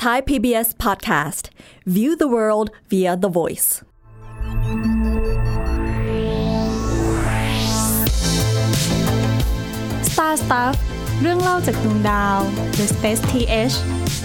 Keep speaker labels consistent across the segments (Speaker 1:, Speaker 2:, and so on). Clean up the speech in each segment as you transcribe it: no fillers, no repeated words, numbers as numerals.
Speaker 1: Thai PBS Podcast. View the world via the voice.
Speaker 2: Star Stuff เรื่องเล่าจากดวงดาว The Space TH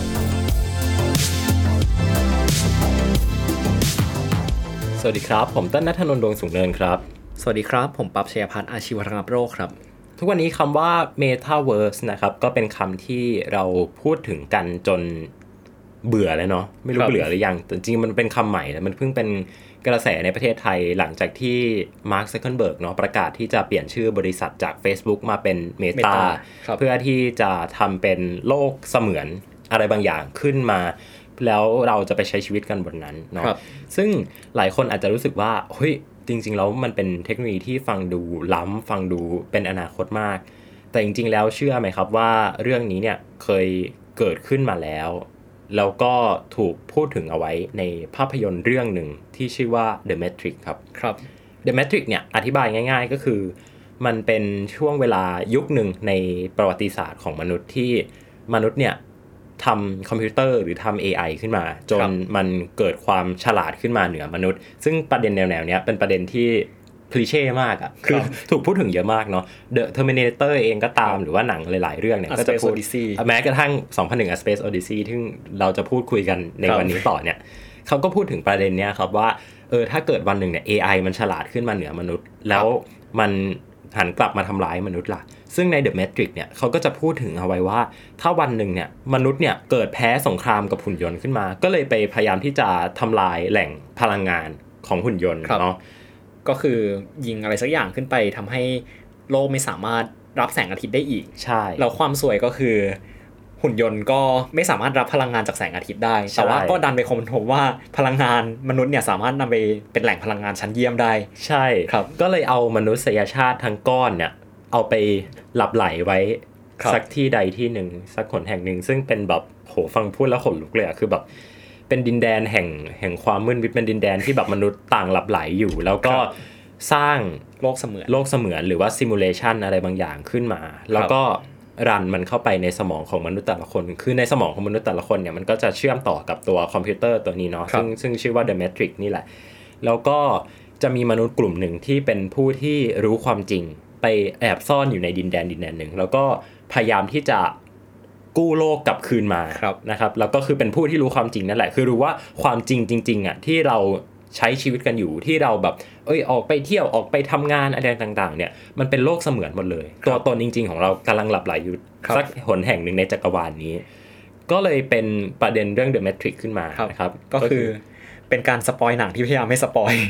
Speaker 3: สวัสดีครับผมต้นณัฐนนท์ ดวงสูงเนินครับ
Speaker 4: สวัสดีครับผมปั๊บชัยพัฒน์อาชีวรังโรคครับ
Speaker 3: ทุกวันนี้คำว่า Metaverse นะครับก็เป็นคำที่เราพูดถึงกันจนเบื่อแล้วเนาะไม่รู้เบื่อหรือยังแต่จริงๆมันเป็นคำใหม่แล้วมันเพิ่งเป็นกระแสในประเทศไทยหลังจากที่มาร์ค ซักเคอร์เบิร์กเนาะประกาศที่จะเปลี่ยนชื่อบริษัทจาก Facebook มาเป็น Meta เพื่อที่จะทำเป็นโลกเสมือนอะไรบางอย่างขึ้นมาแล้วเราจะไปใช้ชีวิตกันบนนั้นเนาะซึ่งหลายคนอาจจะรู้สึกว่าเฮ้ยจริงๆแล้วมันเป็นเทคโนโลยีที่ฟังดูล้ำฟังดูเป็นอนาคตมากแต่จริงๆแล้วเชื่อไหมครับว่าเรื่องนี้เนี่ยเคยเกิดขึ้นมาแล้วก็ถูกพูดถึงเอาไว้ในภาพยนตร์เรื่องหนึ่งที่ชื่อว่า The Matrix ครับ The Matrix เนี่ยอธิบายง่ายๆก็คือมันเป็นช่วงเวลายุคหนึ่งในประวัติศาสตร์ของมนุษย์ที่มนุษย์เนี่ยทำคอมพิวเตอร์หรือทำ AI ขึ้นมาจนมันเกิดความฉลาดขึ้นมาเหนือมนุษย์ซึ่งประเด็นแนวๆเนี้ยเป็นประเด็นที่คลีเช่มากอ่ะคือถูกพูดถึงเยอะมากเนาะ The Terminator เองก็ตามหรือว่าหนังหลายๆเรื่องเนี่ยก็จะพูดแม้กระทั่ง2001 A Space Odyssey ที่เราจะพูดคุยกันในวันนี้ต่อเนี่ยเขาก็พูดถึงประเด็นเนี้ยครับว่าถ้าเกิดวันหนึ่งเนี่ย AI มันฉลาดขึ้นมาเหนือมนุษย์แล้วมันหันกลับมาทำร้ายมนุษย์ล่ะซึ่งใน The Matrix เนี่ยเขาก็จะพูดถึงเอาไว้ว่าถ้าวันหนึ่งเนี่ยมนุษย์เนี่ยเกิดแพ้สงครามกับหุ่นยนต์ขึ้นมาก็เลยไปพยายามที่จะทำลายแหล่งพลังงานของหุ่นยนต์เนาะ
Speaker 4: ก็คือยิงอะไรสักอย่างขึ้นไปทำให้โลกไม่สามารถรับแสงอาทิตย์ได้อีก
Speaker 3: ใช่
Speaker 4: แล้วความสวยก็คือหุ่นยนต์ก็ไม่สามารถรับพลังงานจากแสงอาทิตย์ได้แต่ว่าก็ดันไปค้นพบว่าพลังงานมนุษย์เนี่ยสามารถนำไปเป็นแหล่งพลังงานชั้นเยี่ยมได้
Speaker 3: ใช่ครับก็เลยเอามนุษยชาติทั้งก้อนเนี่ยเอาไปหลับไหลไว้สักที่ใดที่หนึ่งสักหนแห่งหนึ่งซึ่งเป็นแบบโหฟังพูดแล้วขนลุกเลยอ่ะคือแบบเป็นดินแดนแห่งความมืดมิดเป็นดินแดนที่แบบมนุษย์ต่างหลับไหลอยู่แล้วก็สร้าง
Speaker 4: โลกเสมือน
Speaker 3: หรือว่าซิมูเลชันอะไรบางอย่างขึ้นมาแล้วก็รันมันเข้าไปในสมองของมนุษย์แต่ละคนคือในสมองของมนุษย์แต่ละคนเนี่ยมันก็จะเชื่อมต่อกับตัวคอมพิวเตอร์ตัวนี้เนาะซึ่งชื่อว่า The Matrix นี่แหละแล้วก็จะมีมนุษย์กลุ่มหนึ่งที่เป็นผู้ที่รู้ความจริงไปแอบซ่อนอยู่ในดินแดนหนึ่งแล้วก็พยายามที่จะกู้โลกกลับคืนมานะครับแล้วก็คือเป็นผู้ที่รู้ความจริงนั่นแหละคือรู้ว่าความจริงจริงๆอ่ะที่เราใช้ชีวิตกันอยู่ที่เราแบบออกไปเที่ยวออกไปทำงานอะไรต่างๆเนี่ยมันเป็นโลกเสมือนหมดเลยตัวตนจริงๆของเรากำลังหลับไหลอยู่สักหนแห่งหนึ่งในจักรวาลนี้ก็เลยเป็นประเด็นเรื่อง The Matrix ขึ้นมานะครับ
Speaker 4: ก็คือเป็นการสปอยหนังที่พยายามไม่สปอย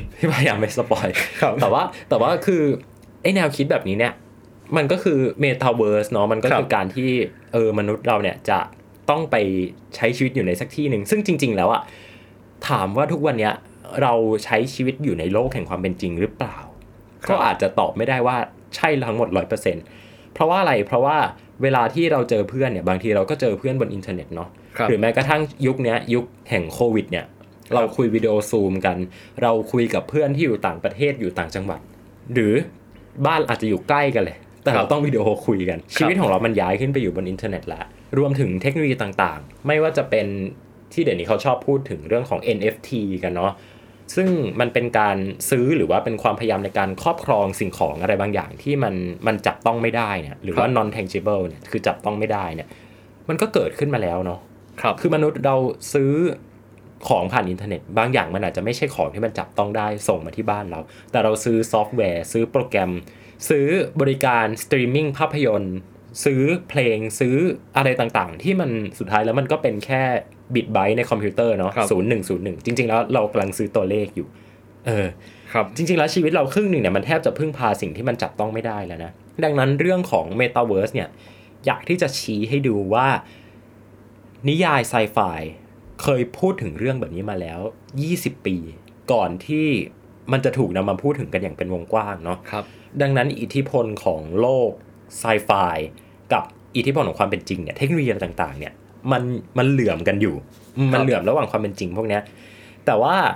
Speaker 3: แต่ว่าคือไอ้แนวคิดแบบนี้เนี่ยมันก็คือ Metaverse เนาะมันก็คือการที่มนุษย์เราเนี่ยจะต้องไปใช้ชีวิตอยู่ในสักที่นึงซึ่งจริงๆแล้วอะถามว่าทุกวันเนี้ยเราใช้ชีวิตอยู่ในโลกแห่งความเป็นจริงหรือเปล่าก็อาจจะตอบไม่ได้ว่าใช่ทั้งหมด 100% เพราะว่าอะไรเพราะว่าเวลาที่เราเจอเพื่อนเนี่ยบางทีเราก็เจอเพื่อนบนอินเทอร์เน็ตเนาะหรือแม้กระทั่งยุคแห่งโควิดเนี่ยเราคุยวิดีโอซูมกันเราคุยกับเพื่อนที่อยู่ต่างประเทศอยู่ต่างจังหวัดหรือบ้านอาจจะอยู่ใกล้กันเลยแต่เราต้องวิดีโอคุยกันชีวิตของเรามันย้ายขึ้นไปอยู่บนอินเทอร์เน็ตแล้วรวมถึงเทคโนโลยีต่างๆไม่ว่าจะเป็นที่เดี๋ยวนี้เขาชอบพูดถึงเรื่องของ NFT กันเนาะซึ่งมันเป็นการซื้อหรือว่าเป็นความพยายามในการครอบครองสิ่งของอะไรบางอย่างที่มันจับต้องไม่ได้เนี่ยหรือว่า non tangible เนี่ยคือจับต้องไม่ได้เนี่ยมันก็เกิดขึ้นมาแล้วเนาะคือมนุษย์เราซื้อของผ่านอินเทอร์เน็ตบางอย่างมันอาจจะไม่ใช่ของที่มันจับต้องได้ส่งมาที่บ้านเราแต่เราซื้อซอฟต์แวร์ซื้อโปรแกรมซื้อบริการสตรีมมิ่งภาพยนตร์ซื้อเพลงซื้ออะไรต่างๆที่มันสุดท้ายแล้วมันก็เป็นแค่บิตไบต์ในคอมพิวเตอร์เนาะ0101จริงๆแล้วเรากำลังซื้อตัวเลขอยู่
Speaker 4: ครับ
Speaker 3: จริงๆแล้วชีวิตเราครึ่งนึงเนี่ยมันแทบจะพึ่งพาสิ่งที่มันจับต้องไม่ได้แล้วนะดังนั้นเรื่องของ Metaverse เนี่ยอยากที่จะชี้ให้ดูว่านิยายไซไฟเคยพูดถึงเรื่องแบบนี้มาแล้ว20ปีก่อนที่มันจะถูกนำมาพูดถึงกันอย่างเป็นวงกว้างเนาะดังนั้นอิทธิพลของโลกไซไฟกับอิทธิพลของความเป็นจริงเนี่ยเทคโนโลยีต่างๆเนี่ยมันเหลื่อมกันอยู่มันเหลื่อมระหว่างความเป็นจริงพวกนี้แต่ว่า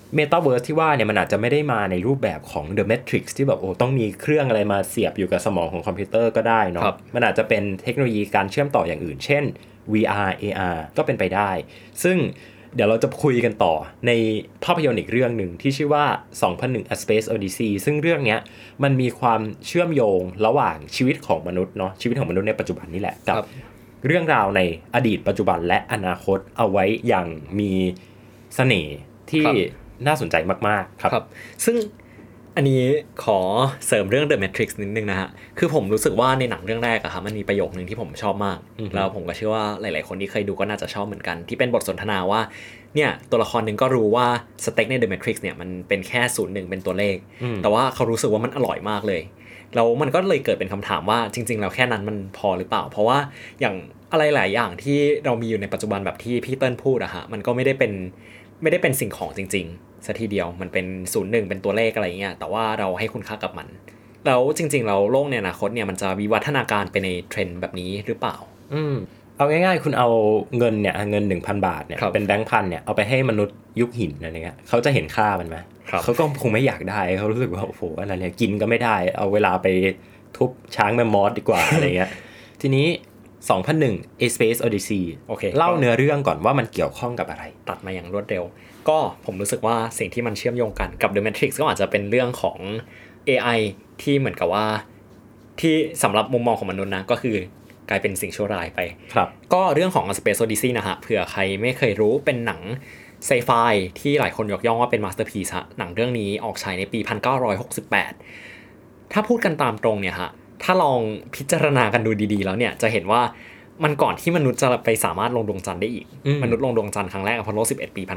Speaker 3: Metaverse ที่ว่าเนี่ยมันอาจจะไม่ได้มาในรูปแบบของ The Matrix ที่แบบต้องมีเครื่องอะไรมาเสียบอยู่กับสมองของคอมพิวเตอร์ก็ได้เนาะมันอาจจะเป็นเทคโนโลยีการเชื่อมต่ออย่างอื่นเช่น VR AR ก็เป็นไปได้ซึ่งเดี๋ยวเราจะคุยกันต่อในภาพยนตร์อีกเรื่องหนึ่งที่ชื่อว่า2001 A Space Odyssey ซึ่งเรื่องนี้มันมีความเชื่อมโยงระหว่างชีวิตของมนุษย์เนาะชีวิตของมนุษย์ในปัจจุบันนี่แหละกับเรื่องราวในอดีตปัจจุบันและอนาคตเอาไว้อย่างมีเสน่ห์ที่น่าสนใจมากๆครับ
Speaker 4: ซึ่งอันนี้ขอเสริมเรื่อง The Matrix นิดนึงนะฮะคือผมรู้สึกว่าในหนังเรื่องแรกอะครับมันมีประโยคนึงที่ผมชอบมากแล้วผมก็เชื่อว่าหลายๆคนที่เคยดูก็น่าจะชอบเหมือนกันที่เป็นบทสนทนาว่าเนี่ยตัวละครนึงก็รู้ว่าสเต็กใน The Matrix เนี่ยมันเป็นแค่01เป็นตัวเลขแต่ว่าเขารู้สึกว่ามันอร่อยมากเลยแล้วมันก็เลยเกิดเป็นคำถามว่าจริงๆแล้วแค่นั้นมันพอหรือเปล่าเพราะว่าอย่างอะไรหลายอย่างที่เรามีอยู่ในปัจจุบันแบบที่พี่เติ้ลพูดอะฮะมันก็ไม่ได้เป็นสิ่งของจริงๆซะทีเดียวมันเป็น01เป็นตัวเลขอะไรเงี้ยแต่ว่าเราให้คุณค่ากับมันแล้วจริงๆเราโลกในอนาคตเนี่ยมันจะวิวัฒนาการไปในเทรนด์แบบนี้หรือเปล่า
Speaker 3: เอาง่ายๆคุณเอาเงินเนี่ยเงิน 1,000 บาทเนี่ยเป็นแบงค์พันเนี่ยเอาไปให้มนุษย์ยุคหินอะไรเงี้ยเขาจะเห็นค่ามันไหมเขาก็คงไม่อยากได้เขารู้สึกว่าโอ้โหอะไรเนี่ยกินก็ไม่ได้เอาเวลาไปทุบช้างแมมมอสดีกว่า อะไรเงี้ยทีนี้2001 A Space Odyssey เล่าเนื้อเรื่องก่อนว่ามันเกี่ยวข้องกับอะไร
Speaker 4: ตัดมาอย่างรวดเร็วก็ผมรู้สึกว่าสิ่งที่มันเชื่อมโยงกันกับ The Matrix ก็อาจจะเป็นเรื่องของ AI ที่เหมือนกับว่าที่สำหรับมุมมองของมนุษย์นะก็คือกลายเป็นสิ่งชั่วร้ายไปก็เรื่องของ A Space Odyssey นะฮะเผื่อใครไม่เคยรู้เป็นหนังไซไฟที่หลายคนยกย่องว่าเป็นมาสเตอร์พีซฮะหนังเรื่องนี้ออกฉายในปี 1968ถ้าพูดกันตามตรงเนี่ยฮะถ้าลองพิจารณากันดูดีๆแล้วเนี่ยจะเห็นว่ามันก่อนที่มนุษย์จะไปสามารถลงดวงจันทร์ได้อีกมนุษย์ลงดวงจันทร์ครั้งแรกอพอลโล11ปี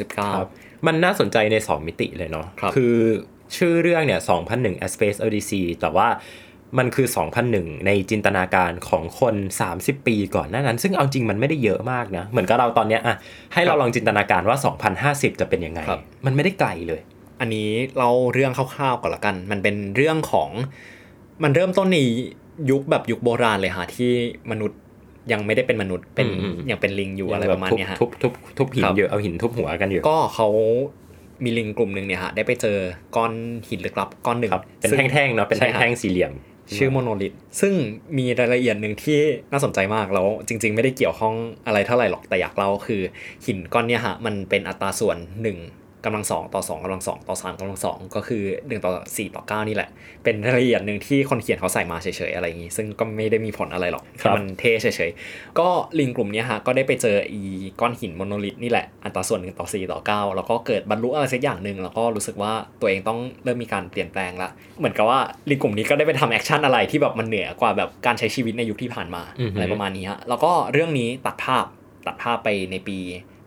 Speaker 4: 1969
Speaker 3: มันน่าสนใจใน2มิติเลยเนาะคือชื่อเรื่องเนี่ย2001 A Space Odyssey แต่ว่ามันคือ2001ในจินตนาการของคน30ปีก่อนหน้านั้นซึ่งเอาจริงมันไม่ได้เยอะมากนะเหมือนกับเราตอนเนี้ยอ่ะให้เราลองจินตนาการว่า2050จะเป็นยังไงมันไม่ได้ไกลเลย
Speaker 4: อันนี้เราเรื่องคร่าวๆก่อนละกันมันเป็นเรื่องของมันเริ่มต้นในยุคแบบยุคโบราณเลยฮะที่มนุษย์ยังไม่ได้เป็นมนุษย์เป็นยังเป็นลิงอยู่อะไรประมาณนี้ฮะ
Speaker 3: ทุบหินอยู่เอาหินทุบหัวกันอยู่
Speaker 4: ก็เขามีลิงกลุ่มนึงเนี่ยฮะได้ไปเจอก้อนหินลึกลับก้อนหนึ่ง
Speaker 3: เป็นแท่งๆเนาะเป็นแท่งๆสี่เหลี่ยม
Speaker 4: ชื่อโมโนลิธซึ่งมีรายละเอียดนึงที่น่าสนใจมากแล้วจริงๆไม่ได้เกี่ยวข้องอะไรเท่าไหร่หรอกแต่อยากเล่าคือหินก้อนเนี้ยฮะมันเป็นอัตราส่วน1:2 ต่อ 2:2 ต่อ 3:2 ก็คือ1ต่อ4ต่อ9นี่แหละเป็นรายละเอียดนึงที่คนเขียนเขาใส่มาเฉยๆอะไรอย่างงี้ซึ่งก็ไม่ได้มีผลอะไรหรอกมันเท่เฉยๆก็ลิงกลุ่มนี้ฮะก็ได้ไปเจออีก้อนหินโมโนลิธนี่แหละอัตราส่วน1ต่อ4ต่อ9แล้วก็เกิดบรรลุอะไรสักอย่างนึงแล้วก็รู้สึกว่าตัวเองต้องเริ่มมีการเปลี่ยนแปลงละเหมือนกับว่าลิงกลุ่มนี้ก็ได้ไปทำแอคชั่นอะไรที่แบบมันเหนือกว่าแบบการใช้ชีวิตในยุคที่ผ่านมาอะไรประมาณนี้ฮะแล้วก็เรื่องนี้ตัดภาพไปในปี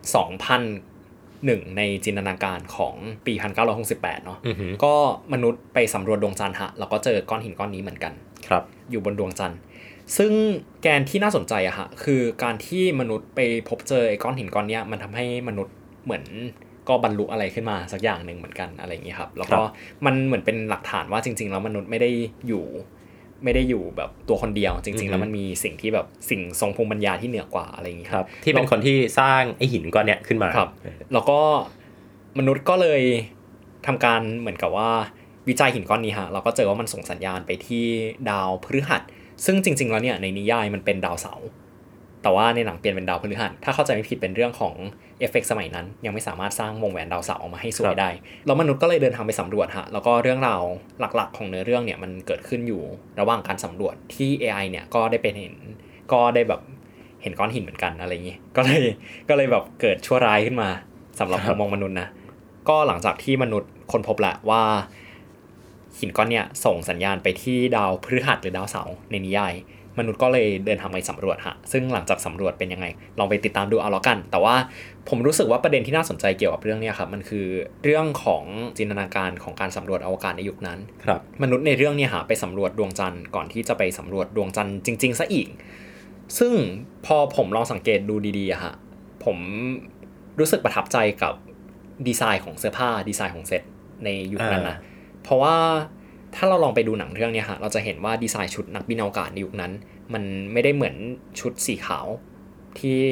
Speaker 4: 2001ในจินตนาการของปี1968เนาะก็มนุษย์ไปสำรวจดวงจันทร์ฮะแล้วก็เจอก้อนหินก้อนนี้เหมือนกัน
Speaker 3: ครับ
Speaker 4: อยู่บนดวงจันทร์ซึ่งแกนที่น่าสนใจอะฮะคือการที่มนุษย์ไปพบเจอไอ้ก้อนหินก้อนนี้มันทำให้มนุษย์เหมือนก็บรรลุอะไรขึ้นมาสักอย่างนึงเหมือนกันอะไรอย่างเงี้ยครับแล้วก็มันเหมือนเป็นหลักฐานว่าจริงๆแล้วมนุษย์ไม่ได้อยู่แบบตัวคนเดียวจริงๆแล้วมันมีสิ่งที่แบบสิ่งทรงภูมิปัญญาที่เหนือกว่าอะไรอย่างงี้
Speaker 3: ครับที่เป็นคนที่สร้างไอ้หินก้อนเนี้ยขึ้นมา
Speaker 4: ครับแล้วก็มนุษย์ก็เลยทำการเหมือนกับว่าวิจัยหินก้อนนี้ฮะเราก็เจอว่ามันส่งสัญญาณไปที่ดาวพฤหัสซึ่งจริงๆแล้วเนี่ยในนิยายมันเป็นดาวเสาร์แต่ว่าในหนังเปลี่ยนเป็นดาวพฤหัสถ้าเข้าใจไม่ผิดเป็นเรื่องของเอฟเฟกต์สมัยนั้นยังไม่สามารถสร้างวงแหวนดาวเสาร์ออกมาให้สวยได้แล้วมนุษย์ก็เลยเดินทางไปสำรวจฮะแล้วก็เรื่องราวหลักๆของเนื้อเรื่องเนี่ยมันเกิดขึ้นอยู่ระหว่างการสำรวจที่ AI เนี่ยก็ได้เป็นก็ได้แบบเห็นก้อนหินเหมือนกันอะไรอย่างงี้ก็เลยแบบเกิดชั่วร้ายขึ้นมาสำหรับมุมมองมนุษย์นะก็หลังจากที่มนุษย์ค้นพบแล้วว่าหินก้อนเนี่ยส่งสัญญาณไปที่ดาวพฤหัสหรือดาวเสาร์ในนิยายมนุษย์ก็เลยเดินทางไปสำรวจฮะซึ่งหลังจากสำรวจเป็นยังไงลองไปติดตามดูเอาแล้วกันแต่ว่าผมรู้สึกว่าประเด็นที่น่าสนใจเกี่ยวกับเรื่องนี้ครับมันคือเรื่องของจินตนาการของการสำรวจอวกาศในยุคนั้น
Speaker 3: ครับ
Speaker 4: มนุษย์ในเรื่องนี้ฮะไปสำรวจดวงจันทร์ก่อนที่จะไปสำรวจดวงจันทร์จริงๆซะอีกซึ่งพอผมลองสังเกตดูดีๆฮะผมรู้สึกประทับใจกับดีไซน์ของเสื้อผ้าดีไซน์ของเซตในยุคนั้นนะเพราะว่าถ้าเราลองไปดูหนังเรื่องนี้ฮะเราจะเห็นว่าดีไซน์ชุดนักบินอวกาศในยุคนั้นมันไม่ได้เหมือนชุดสีขาวที่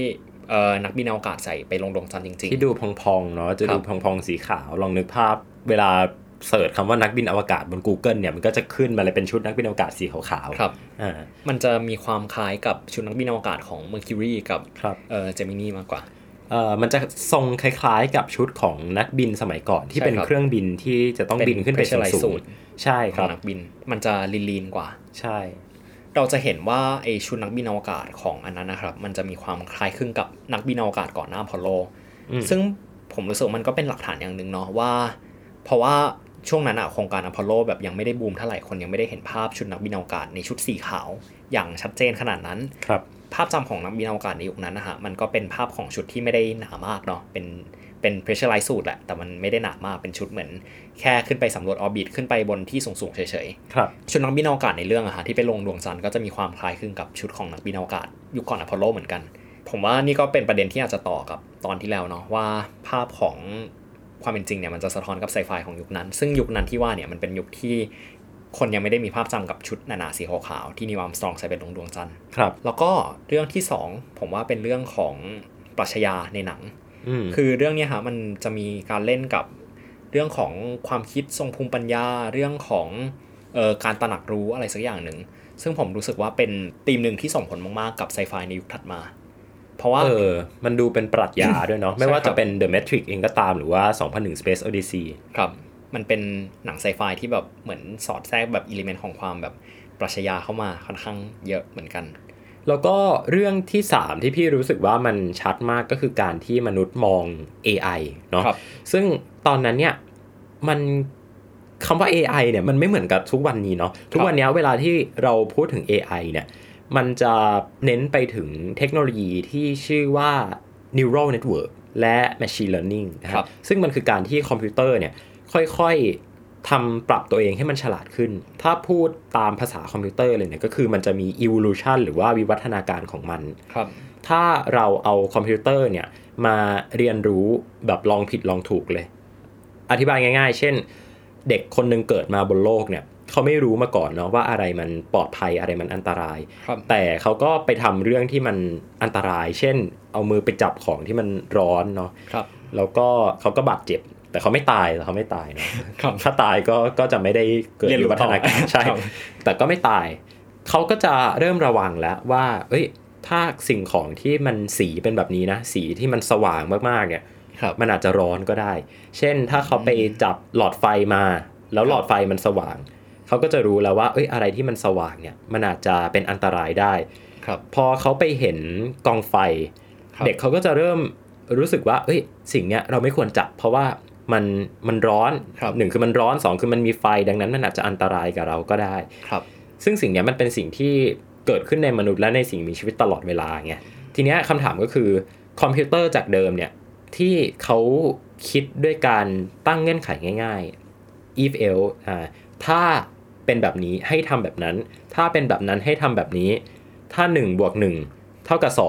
Speaker 4: นักบินอวกาศใส่ไปลงดวงจันทร์จริงๆ
Speaker 3: ที่ดูพองๆเนาะจะดูพองๆสีขาวลองนึกภาพเวลาเสิร์ชคำว่านักบินอวกาศบน Google เนี่ยมันก็จะขึ้นมาเลยเป็นชุดนักบินอวกาศสีขาว
Speaker 4: ๆครับมันจะมีความคล้ายกับชุดนักบินอวกาศของ Mercury กับGemini มากกว่า
Speaker 3: มันจะทรงคล้ายๆกับชุดของนักบินสมัยก่อนที่เป็นเครื่องบินที่จะต้องบินขึ้นไปสูงๆใช่ครับ
Speaker 4: นักบินมันจะลีนๆกว่า
Speaker 3: ใช่
Speaker 4: เราจะเห็นว่าไอชุดนักบินอวกาศของอันนั้นนะครับมันจะมีความคล้ายคลึงกับนักบินอวกาศก่อนหน้าอพอลโลซึ่งผมรู้สึกมันก็เป็นหลักฐานอย่างนึงเนาะว่าเพราะว่าช่วงนั้นโครงการอพอลโลแบบยังไม่ได้บูมเท่าไหร่คนยังไม่ได้เห็นภาพชุดนักบินอวกาศในชุดสีขาวอย่างชัดเจนขนาดนั้นภาพจำของนักบินอวกาศในยุคนั้นนะฮะมันก็เป็นภาพของชุดที่ไม่ได้หนามากเนาะเป็น pressurized suit แหละแต่มันไม่ได้หนามากเป็นชุดเหมือนแค่ขึ้นไปสำรวจออร์บิทขึ้นไปบนที่สูงๆเฉยๆชุดนักบินอวกาศในเรื่องที่ไปลงดวงจันทร์ก็จะมีความคล้ายคลึงกับชุดของนักบินอวกาศยุคก่อนอพอลโลเหมือนกันผมว่านี่ก็เป็นประเด็นที่อาจจะต่อกับตอนที่แล้วเนาะว่าภาพของความเป็นจริงเนี่ยมันจะสะท้อนกับไซไฟของยุคนั้นซึ่งยุคนั้นที่ว่าเนี่ยมันเป็นยุคที่คนยังไม่ได้มีภาพจำกับชุดหนาๆสีขาวๆที่นิว อาร์มสตรองใส่ไปลงดวงจันทร์แล้วก็เรื่องที่2ผมว่าเป็นเรื่องของปรัชญาในหนังคือเรื่องนี้มันจะมีการเล่นกับเรื่องของความคิดทรงภูมิปัญญาเรื่องของการตระหนักรู้อะไรสักอย่างหนึ่งซึ่งผมรู้สึกว่าเป็นธีมนึงที่ส่งผลมากๆกับไซไฟในยุคถัดมาเพราะว่า
Speaker 3: มันดูเป็นปรัชญาด้วยเนาะ ไม่ว่าจะเป็น The Matrix เองก็ตามหรือว่า2001 Space Odyssey
Speaker 4: ครับมันเป็นหนังไซไฟที่แบบเหมือนสอดแทรกแบบอิเลเมนต์ของความแบบปรัชญาเข้ามาค่อนข้างเยอะเหมือนกัน
Speaker 3: แล้วก็เรื่องที่3ที่พี่รู้สึกว่ามันชัดมากก็คือการที่มนุษย์มอง AI เนาะซึ่งตอนนั้นเนี่ยมันคำว่า AI เนี่ยมันไม่เหมือนกับทุกวันนี้เนาะทุกวันนี้เวลาที่เราพูดถึง AI เนี่ยมันจะเน้นไปถึงเทคโนโลยีที่ชื่อว่า neural network และ machine learning นะครับซึ่งมันคือการที่คอมพิวเตอร์เนี่ยค่อยๆทำปรับตัวเองให้มันฉลาดขึ้นถ้าพูดตามภาษาคอมพิวเตอร์เลยเนี่ยก็คือมันจะมี evolution หรือว่าวิวัฒนาการของมันถ้าเราเอาคอมพิวเตอร์เนี่ยมาเรียนรู้แบบลองผิดลองถูกเลยอธิบายง่ายๆเช่นเด็กคนนึงเกิดมาบนโลกเนี่ยเขาไม่รู้มาก่อนเนาะว่าอะไรมันปลอดภัยอะไรมันอันตรายแต่เขาก็ไปทำเรื่องที่มันอันตรายเช่นเอามือไปจับของที่มันร้อนเนาะแล้วก็เขาก็บาดเจ็บแต่เขาไม่ตายเนาะถ้าตายก็จะไม่ได้เกิดวิวัฒนาการใช่แต่ก็ไม่ตายเขาก็จะเริ่มระวังแล้วว่าถ้าสิ่งของที่มันสีเป็นแบบนี้นะสีที่มันสว่างมากๆเนี่ยมันอาจจะร้อนก็ได้เช่นถ้าเขาไปจับหลอดไฟมาแล้วหลอดไฟมันสว่างเขาก็จะรู้แล้วว่าอะไรที่มันสว่างเนี่ยมันอาจจะเป็นอันตรายได้พอเขาไปเห็นกองไฟเด็กเขาก็จะเริ่มรู้สึกว่าสิ่งเนี้ยเราไม่ควรจับเพราะว่ามันร้อน1คือมันร้อน2คือมันมีไฟดังนั้นมันอาจจะอันตรายกับเราก็ได้ซึ่งสิ่งนี้มันเป็นสิ่งที่เกิดขึ้นในมนุษย์และในสิ่งมีชีวิตตลอดเวลาไงทีนี้คำถามก็คือคอมพิวเตอร์จากเดิมเนี่ยที่เขาคิดด้วยการตั้งเงื่อนไขง่ายๆ if else ถ้าเป็นแบบนี้ให้ทำแบบนั้นถ้าเป็นแบบนั้นให้ทำแบบนี้ถ้า1 บวก 1เท่ากับ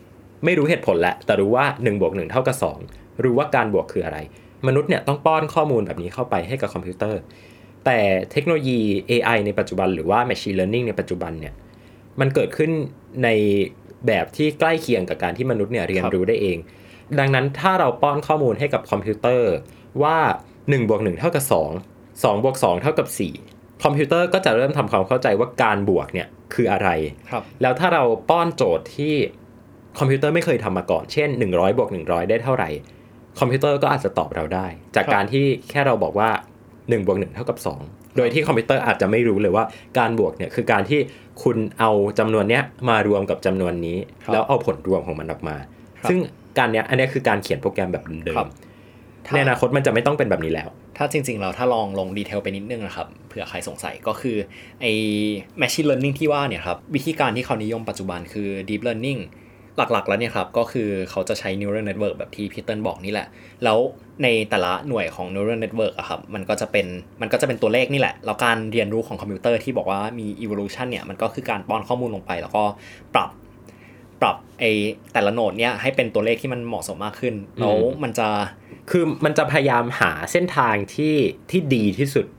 Speaker 3: 2ไม่รู้เหตุผลแหละแต่รู้ว่า1 บวก 1เท่ากับ2รู้ว่าการบวกคืออะไรมนุษย์เนี่ยต้องป้อนข้อมูลแบบนี้เข้าไปให้กับคอมพิวเตอร์แต่เทคโนโลยี AI ในปัจจุบันหรือว่า Machine Learning ในปัจจุบันเนี่ยมันเกิดขึ้นในแบบที่ใกล้เคียงกับการที่มนุษย์เนี่ยเรียนรู้ได้เองดังนั้นถ้าเราป้อนข้อมูลให้กับคอมพิวเตอร์ว่า1 บวก 1เท่ากับ2 2 บวก 2เท่ากับ4คอมพิวเตอร์ก็จะเริ่มทำความเข้าใจว่าการบวกเนี่ยคืออะไรแล้วถ้าเราป้อนโจทย์ที่คอมพิวเตอร์ไม่เคยทำมาก่อนเช่น100 บวก 100ได้เท่าไหร่คอมพิวเตอร์ก็อาจจะตอบเราได้จากการที่แค่เราบอกว่า1 บวก 1เท่ากับ2โดยที่คอมพิวเตอร์อาจจะไม่รู้เลยว่าการบวกเนี่ยคือการที่คุณเอาจำนวนเนี้ยมารวมกับจำนวนนี้แล้วเอาผลรวมของมันออกมาซึ่งการเนี้ยอันนี้คือการเขียนโปรแกรมแบบเดิมในอนาคตมันจะไม่ต้องเป็นแบบนี้แล้ว
Speaker 4: ถ้าจริงๆเราถ้าลองลงดีเทลไปนิดนึงนะครับเผื่อใครสงสัยก็คือไอ้ machine learning ที่ว่าเนี่ยครับวิธีการที่เขานิยมปัจจุบันคือ deep learning หลักๆแล้วเนี่ยครับก็คือเขาจะใช้ neural network แบบที่พี่เติ้ลบอกนี่แหละแล้วในแต่ละหน่วยของ neural network อะครับมันก็จะเป็นตัวเลขนี่แหละแล้วการเรียนรู้ของคอมพิวเตอร์ที่บอกว่ามี evolution เนี่ยมันก็คือการป้อนข้อมูลลงไปแล้วก็ปรับไอ้แต่ละโหนดเนี่ยให้เป็นตัวเลขที่มันเหมาะสมมากขึ้นแล้วมันจะ
Speaker 3: พยายามหาเส้นทางที่ดีที่สุด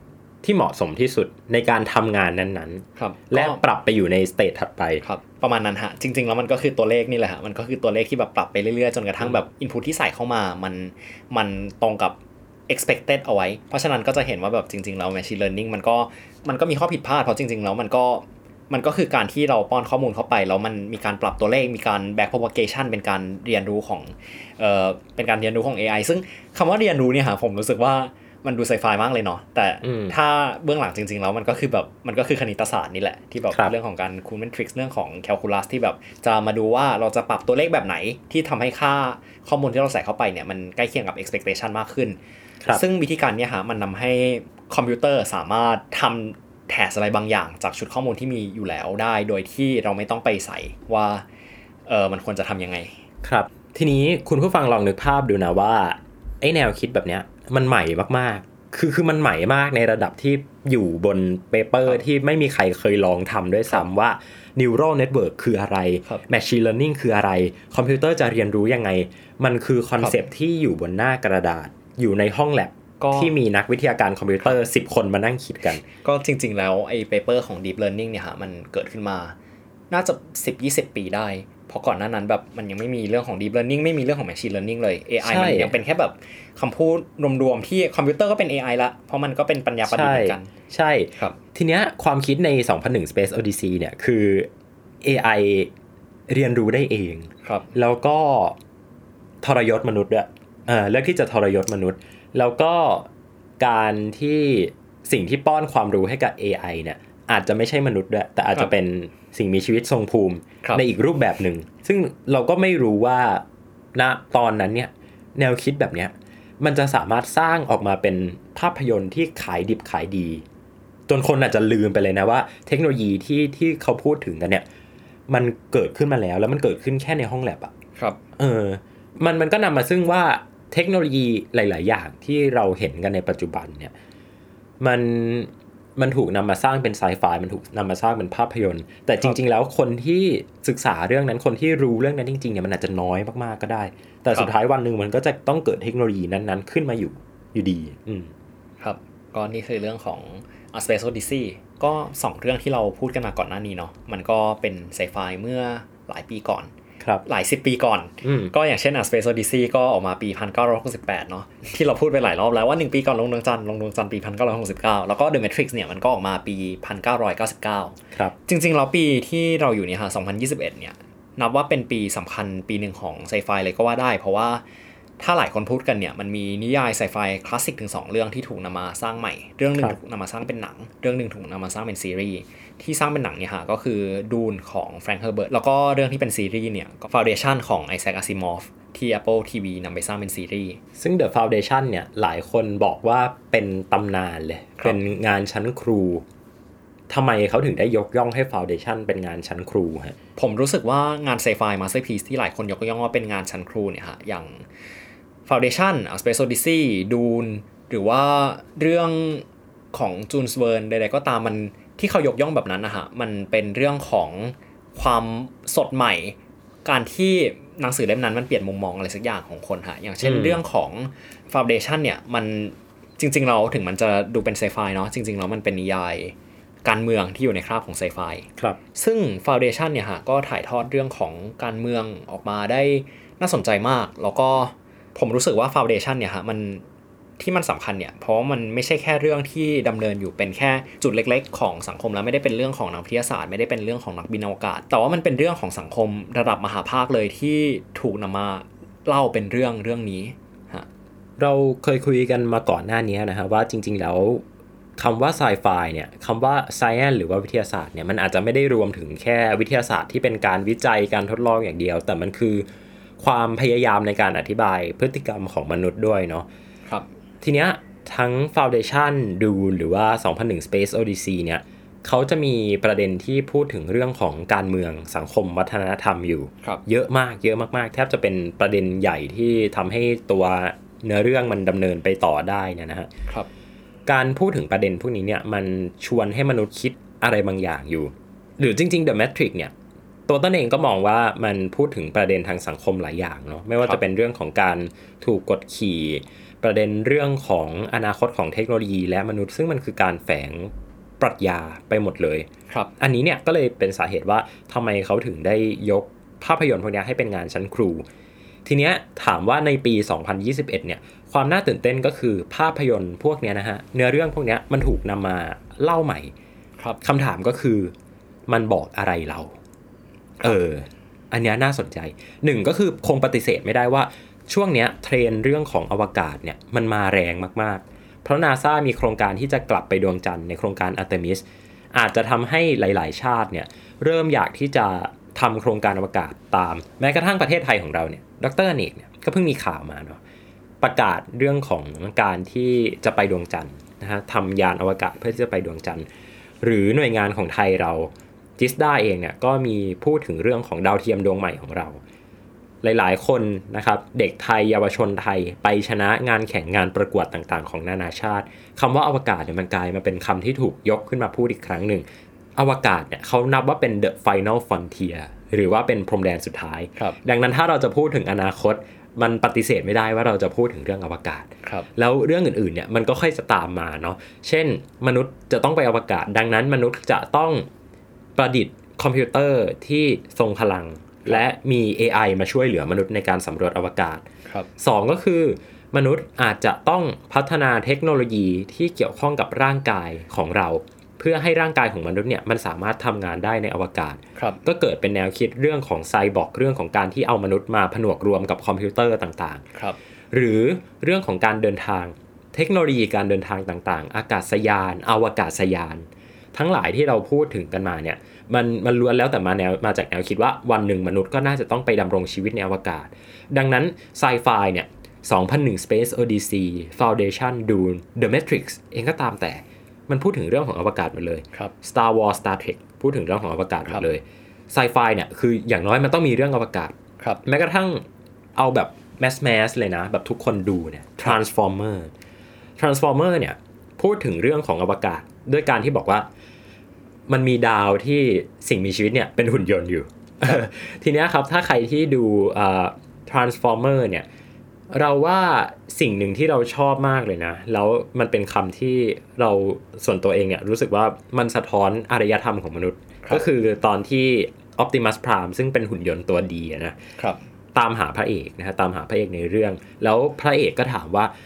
Speaker 3: ที่เหมาะสมที่สุดในการทำงานนั้น
Speaker 4: ครับ
Speaker 3: ๆและปรับไปอยู่ในสเตจถัดไป
Speaker 4: ครับประมาณนั้นฮะจริงๆแล้วมันก็คือตัวเลขนี่แหละฮะมันก็คือตัวเลขที่แบบปรับไปเรื่อยๆจนกระทั่งแบบ input ที่ใส่เข้ามามันตรงกับ expected เอาไว้เพราะฉะนั้นก็จะเห็นว่าแบบจริงๆแล้ว machine learning มันก็มีข้อผิดพลาดเพราะจริงๆแล้วมันก็คือการที่เราป้อนข้อมูลเข้าไปแล้วมันมีการปรับตัวเลขมีการ back propagation เป็นการเรียนรู้ของเป็นการเรียนรู้ของ AI ซึ่งคำว่าเรียนรู้เนี่ยฮะผมรู้สึกว่ามันดูไซไฟมากเลยเนาะแต่ถ้าเบื้องหลังจริงๆแล้วมันก็คือคณิตศาสตร์นี่แหละที่แบบเรื่องของการคูณแมทริกซ์เรื่องของแคลคูลัสที่แบบจะมาดูว่าเราจะปรับตัวเลขแบบไหนที่ทำให้ค่าข้อมูลที่เราใส่เข้าไปเนี่ยมันใกล้เคียงกับ expectation มากขึ้นซึ่งวิธีการนี้ฮะมันนำให้คอมพิวเตอร์สามารถทำแทสอะไรบางอย่างจากชุดข้อมูลที่มีอยู่แล้วได้โดยที่เราไม่ต้องไปใส่ว่ามันควรจะทำยังไง
Speaker 3: ครับทีนี้คุณผู้ฟังลองนึกภาพดูนะว่าไอ้แนวคิดแบบเนี้ยมันใหม่มากๆคือมันใหม่มากในระดับที่อยู่บนเปเปอร์ที่ไม่มีใครเคยลองทำด้วยซ้ำว่า neural network คืออะไร machine learning คืออะไรคอมพิวเตอร์จะเรียนรู้ยังไงมันคือคอนเซปต์ที่อยู่บนหน้ากระดาษอยู่ในห้องแลบที่มีนักวิทยาการคอมพิวเตอร์10คนมานั่งคิดกัน
Speaker 4: ก็จริงๆแล้วไอ้เปเปอร์ของ deep learning เนี่ยฮะมันเกิดขึ้นมาน่าจะ 10-20 ปีได้เพราะก่อนหน้านั้นแบบมันยังไม่มีเรื่องของ deep learning ไม่มีเรื่องของ machine learning เลย AI มันยังเป็นแค่แบบคำพูดรวมๆที่คอมพิวเตอร์ก็เป็น AI ละเพราะมันก็เป็นปัญญาประดิษฐ์เหมือนกัน
Speaker 3: ใช่ครับทีเนี้ยความคิดใน2001 Space Odyssey เนี่ยคือ AI เรียนรู้ได้เองแล้วก็ทรยศมนุษย์ด้วยเลือกที่จะทรยศมนุษย์แล้วก็การที่สิ่งที่ป้อนความรู้ให้กับ AI เนี่ยอาจจะไม่ใช่มนุษย์ด้วยแต่อาจจะเป็นสิ่งมีชีวิตทรงภูมิในอีกรูปแบบหนึ่งซึ่งเราก็ไม่รู้ว่าณตอนนั้นเนี่ยแนวคิดแบบเนี้ยมันจะสามารถสร้างออกมาเป็นภาพยนตร์ที่ขายดิบขายดีจนคนอาจจะลืมไปเลยนะว่าเทคโนโลยีที่เขาพูดถึงกันเนี่ยมันเกิดขึ้นมาแล้วมันเกิดขึ้นแค่ในห้องแลบอ่ะ
Speaker 4: ครับ
Speaker 3: มันก็นำมาซึ่งว่าเทคโนโลยีหลายๆอย่างที่เราเห็นกันในปัจจุบันเนี่ยมันถูกนำมาสร้างเป็นไซไฟมันถูกนำมาสร้างเป็นภาพยนตร์แต่จริงๆแล้วคนที่ศึกษาเรื่องนั้นคนที่รู้เรื่องนั้นจริงๆเนี่ยมันอาจจะน้อยมากๆก็ได้แต่สุดท้ายวันนึงมันก็จะต้องเกิดเทคโนโลยีนั้นๆขึ้นมาอยู่ดี
Speaker 4: ครับก็นี่คือเรื่องของ Space Odyssey ก็2เรื่องที่เราพูดกันมาก่อนหน้านี้เนาะมันก็เป็นไซไฟเมื่อหลายปีก่อนหลาย10ปีก่อนก็อย่างเช่นSpace Odyssey ก็ออกมาปี1968เนาะที่เราพูดไปหลายรอบแล้วว่า1ปีก่อนลงดวงจันทร์ปี1969แล้วก็ The Matrix เนี่ยมันก็ออกมาปี1999
Speaker 3: ครับ
Speaker 4: จริงๆแล้วปีที่เราอยู่เนี่ยฮะ2021เนี่ยนับว่าเป็นปีสำคัญปีนึงของไซไฟเลยก็ว่าได้เพราะว่าถ้าหลายคนพูดกันเนี่ยมันมีนิยายไซไฟคลาสสิกถึง2เรื่องที่ถูกนำมาสร้างใหม่เรื่องนึงถูกนำมาสร้างเป็นหนังเรื่องนึงถูกนำมาสร้างเป็นซีรีส์ที่สร้างเป็นหนังเนี่ยฮะก็คือดูนของแฟรงค์เฮอร์เบิร์ตแล้วก็เรื่องที่เป็นซีรีส์เนี่ยก็ Foundation ของไอแซคอาซิมอฟที่ Apple TV นำไปสร้างเป็นซีรีส์
Speaker 3: ซึ่ง The Foundation เนี่ยหลายคนบอกว่าเป็นตำนานเลยเป็นงานชั้นครูทำไมเขาถึงได้ยกย่องให้ Foundation เป็นงานชั้นครูฮะ
Speaker 4: ผมรู้สึกว่างานไซไฟมาสเตอร์พีซที่หลายคนยกย่องว่าเป็นงานชั้นครูเนี่ยฮะอย่าง Foundation Space Odyssey Dune หรือว่าเรื่องของ Jules Verne ใดๆก็ตามมันที่เขายกย่องแบบนั้นนะฮะมันเป็นเรื่องของความสดใหม่การที่หนังสือเล่มนั้นมันเปลี่ยนมุมมองอะไรสักอย่างของคนฮะอย่างเช่นเรื่องของ Foundation เนี่ยมันจริงๆเราถึงมันจะดูเป็นไซไฟเนาะจริงๆแล้วมันเป็นนิยายการเมืองที่อยู่ในคราบของไซไฟ
Speaker 3: ครับ
Speaker 4: ซึ่ง Foundation เนี่ยฮะก็ถ่ายทอดเรื่องของการเมืองออกมาได้น่าสนใจมากแล้วก็ผมรู้สึกว่า Foundation เนี่ยฮะมันที่มันสำคัญเนี่ยเพราะมันไม่ใช่แค่เรื่องที่ดำเนินอยู่เป็นแค่จุดเล็กๆของสังคมแล้วไม่ได้เป็นเรื่องของนักวิทยาศาสตร์ไม่ได้เป็นเรื่องของนักบินอวกาศแต่ว่ามันเป็นเรื่องของสังคมระดับมหาภาคเลยที่ถูกนำมาเล่าเป็นเรื่องนี้ฮะ
Speaker 3: เราเคยคุยกันมาก่อนหน้านี้นะฮะว่าจริงๆแล้วคำว่าไซไฟเนี่ยคำว่า science หรือว่าวิทยาศาสตร์เนี่ยมันอาจจะไม่ได้รวมถึงแค่วิทยาศาสตร์ที่เป็นการวิจัยการทดลองอย่างเดียวแต่มันคือความพยายามในการอธิบายพฤติกรรมของมนุษย์ด้วยเนาะ
Speaker 4: ครับ
Speaker 3: ทีเนี้ยทั้ง Foundation Dune หรือว่า2001 Space Odyssey เนี่ยเขาจะมีประเด็นที่พูดถึงเรื่องของการเมืองสังคมวัฒนธรรมอยู่เยอะมากแทบจะเป็นประเด็นใหญ่ที่ทำให้ตัวเนื้อเรื่องมันดำเนินไปต่อได้นะฮะ
Speaker 4: ครับ
Speaker 3: การพูดถึงประเด็นพวกนี้เนี่ยมันชวนให้มนุษย์คิดอะไรบางอย่างอยู่หรือจริงๆ The Matrix เนี่ยตัวต้นเองก็มองว่ามันพูดถึงประเด็นทางสังคมหลายอย่างเนาะไม่ว่าจะเป็นเรื่องของการถูกกดขี่ประเด็นเรื่องของอนาคตของเทคโนโลยีและมนุษย์ซึ่งมันคือการแฝงปรัชญาไปหมดเลย
Speaker 4: ครับ
Speaker 3: อันนี้เนี่ยก็เลยเป็นสาเหตุว่าทำไมเขาถึงได้ยกภาพยนตร์พวกนี้ให้เป็นงานชั้นครูทีเนี้ยถามว่าในปี 2021 เนี่ยความน่าตื่นเต้นก็คือภาพยนตร์พวกนี้นะฮะเนื้อเรื่องพวกนี้มันถูกนำมาเล่าใหม่
Speaker 4: ครับ
Speaker 3: คำถามก็คือมันบอกอะไรเราอันนี้น่าสนใจหนึ่งก็คือคงปฏิเสธไม่ได้ว่าช่วงนี้เทรนด์เรื่องของอวกาศเนี่ยมันมาแรงมากๆเพราะ NASA มีโครงการที่จะกลับไปดวงจันทร์ในโครงการ Artemis อาจจะทำให้หลายๆชาติเนี่ยเริ่มอยากที่จะทำโครงการอวกาศตามแม้กระทั่งประเทศไทยของเราเนี่ยดร.อเนกเนี่ยก็เพิ่งมีข่าวมาเนาะประกาศเรื่องของการที่จะไปดวงจันทร์นะฮะทำยานอวกาศเพื่อที่จะไปดวงจันทร์หรือหน่วยงานของไทยเราจิสดาเองเนี่ยก็มีพูดถึงเรื่องของดาวเทียมดวงใหม่ของเราหลายๆคนนะครับเด็กไทยเยาวชนไทยไปชนะงานแข่งงานประกวดต่างๆของนานาชาติคำว่าอวกาศเนี่ยมันกลายมาเป็นคำที่ถูกยกขึ้นมาพูดอีกครั้งหนึ่งอวกาศเนี่ยเขานับว่าเป็น the final frontier หรือว่าเป็นพรมแดนสุดท้ายดังนั้นถ้าเราจะพูดถึงอนาคตมันปฏิเสธไม่ได้ว่าเราจะพูดถึงเรื่องอวกาศแล้วเรื่องอื่นๆเนี่ยมันก็ค่อยจะตามมาเนาะเช่นมนุษย์จะต้องไปอวกาศดังนั้นมนุษย์จะต้องประดิษฐ์คอมพิวเตอร์ที่ทรงพลังและมี AI มาช่วยเหลือมนุษย์ในการสำรวจอวกาศสองก็คือมนุษย์อาจจะต้องพัฒนาเทคโนโลยีที่เกี่ยวข้องกับร่างกายของเราเพื่อให้ร่างกายของมนุษย์เนี่ยมันสามารถทำงานได้ในอวกาศก็เกิดเป็นแนวคิดเรื่องของไซบอร์กเรื่องของการที่เอามนุษย์มาผนวกรวมกับคอมพิวเตอร์ต่างๆหรือเรื่องของการเดินทางเทคโนโลยีการเดินทางต่างๆอากาศยานอวกาศยานทั้งหลายที่เราพูดถึงกันมาเนี่ยมันล้วนแล้วแต่มาจากแนวคิดว่าวันหนึ่งมนุษย์ก็น่าจะต้องไปดำรงชีวิตในอวกาศดังนั้นไซไฟเนี่ย2001 Space Odyssey Foundation Dune The Matrix เองก็ตามแต่มันพูดถึงเรื่องของอวกาศหมดเลย Star Wars Star Trek พูดถึงเรื่องของอวกาศหมดเลยไซไฟเนี่ยคืออย่างน้อยมันต้องมีเรื่องอวกาศแม้กระทั่งเอาแบบแมสเลยนะแบบทุกคนดูเนี่ย Transformer เนี่ยพูดถึงเรื่องของอวกาศด้วยการที่บอกว่ามันมีดาวที่สิ่งมีชีวิตเนี่ยเป็นหุ่นยนต์อยู่ ทีนี้ครับถ้าใครที่ดูTransformer เนี่ยเราว่าสิ่งหนึ่งที่เราชอบมากเลยนะแล้วมันเป็นคำที่เราส่วนตัวเองเนี่ยรู้สึกว่ามันสะท้อนอารยธรรมของมนุษย์ก็คือตอนที่ Optimus Prime ซึ่งเป็นหุ่นยนต์ตัวดีนะตามหาพระเอกนะฮะตามหาพระเอกในเรื่องแล้วพระเอกก็ถามว่า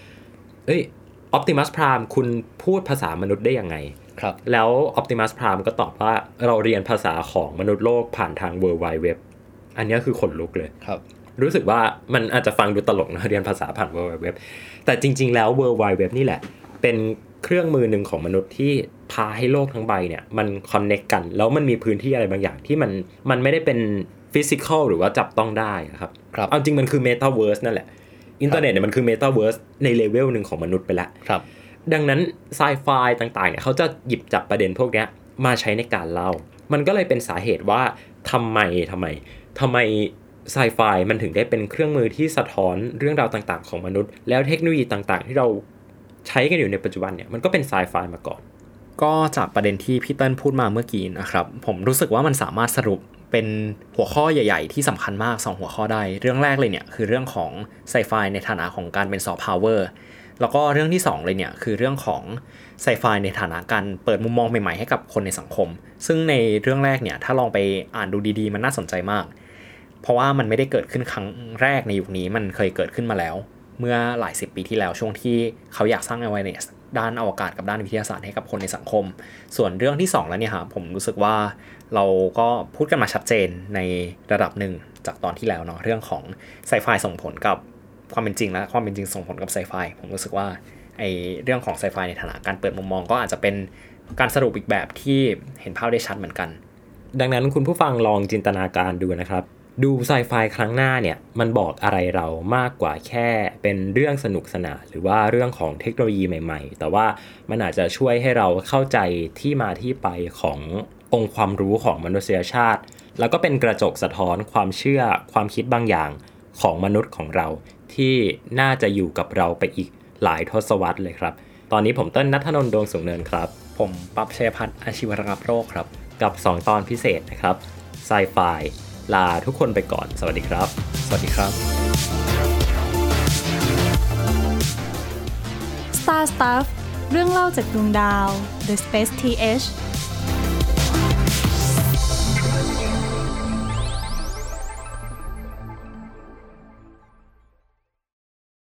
Speaker 3: Optimus Prime คุณพูดภาษามนุษย์ได้ยังไงแล้ว Optimus Prime ก็ตอบว่าเราเรียนภาษาของมนุษย์โลกผ่านทาง World Wide Web อันนี้คือขนลุกเลยรู้สึกว่ามันอาจจะฟังดูตลกนะเรียนภาษาผ่าน World Wide Web แต่จริงๆแล้ว World Wide Web นี่แหละเป็นเครื่องมือหนึ่งของมนุษย์ที่พาให้โลกทั้งใบเนี่ยมันคอนเนคกันแล้วมันมีพื้นที่อะไรบางอย่างที่มันไม่ได้เป็นฟิสิคอลหรือว่าจับต้องได้ครับเอาจริงมันคือเมตาเวิร์สนั่นแหละอินเทอร์เน็ตเนี่ยมันคือเมตาเวิร์สในเลเวลหนึ่งของมนุษย์ไปแล้วดังนั้นไซไฟต่างๆเนี่ยเขาจะหยิบจับประเด็นพวกนี้มาใช้ในการเล่ามันก็เลยเป็นสาเหตุว่าทำไมไซไฟมันถึงได้เป็นเครื่องมือที่สะท้อนเรื่องราวต่างๆของมนุษย์แล้วเทคโนโลยีต่างๆที่เราใช้กันอยู่ในปัจจุบันเนี่ยมันก็เป็นไซไฟมาก่อน
Speaker 4: ก็จากประเด็นที่พี่เติ้ลพูดมาเมื่อกี้นะครับผมรู้สึกว่ามันสามารถสรุปเป็นหัวข้อใหญ่ๆที่สำคัญมาก2หัวข้อได้เรื่องแรกเลยเนี่ยคือเรื่องของไซไฟในฐานะของการเป็นซอฟต์พาวเวอร์แล้วก็เรื่องที่2เลยเนี่ยคือเรื่องของไซไฟในฐานะการเปิดมุมมองใหม่ๆให้กับคนในสังคมซึ่งในเรื่องแรกเนี่ยถ้าลองไปอ่านดูดีๆมันน่าสนใจมากเพราะว่ามันไม่ได้เกิดขึ้นครั้งแรกในยุคนี้มันเคยเกิดขึ้นมาแล้วเมื่อหลาย10 ปีที่แล้วช่วงที่เขาอยากสร้าง awareness ด้านอวกาศกับด้านวิทยาศาสตร์ให้กับคนในสังคมส่วนเรื่องที่2แล้วเนี่ยครับผมรู้สึกว่าเราก็พูดกันมาชัดเจนในระดับหนึ่งจากตอนที่แล้วเนาะเรื่องของไซไฟส่งผลกับความเป็นจริงและความเป็นจริงส่งผลกับไซไฟผมรู้สึกว่าไอเรื่องของไซไฟในฐานะการเปิดมุมมองก็อาจจะเป็นการสรุปอีกแบบที่เห็นภาพได้ชัดเหมือนกัน
Speaker 3: ดังนั้นคุณผู้ฟังลองจินตนาการดูนะครับดูไซไฟครั้งหน้าเนี่ยมันบอกอะไรเรามากกว่าแค่เป็นเรื่องสนุกสนานหรือว่าเรื่องของเทคโนโลยีใหม่ๆแต่ว่ามันอาจจะช่วยให้เราเข้าใจที่มาที่ไปขององค์ความรู้ของมนุษยชาติแล้วก็เป็นกระจกสะท้อนความเชื่อความคิดบางอย่างของมนุษย์ของเราที่น่าจะอยู่กับเราไปอีกหลายทศวรรษเลยครับตอนนี้ผมเติ้ลณัฐนนท์ ดวงสูงเนินครับ
Speaker 4: ผมปั๊บ ชัยพัฒน์ อาชีวระงับโรคครับ
Speaker 3: กับ2ตอนพิเศษนะครับไซไฟลาทุกคนไปก่อนสวัสดีครับ
Speaker 4: สวัสดีครับ
Speaker 2: Star Stuff เรื่องเล่าจากดวงดาว The Space TH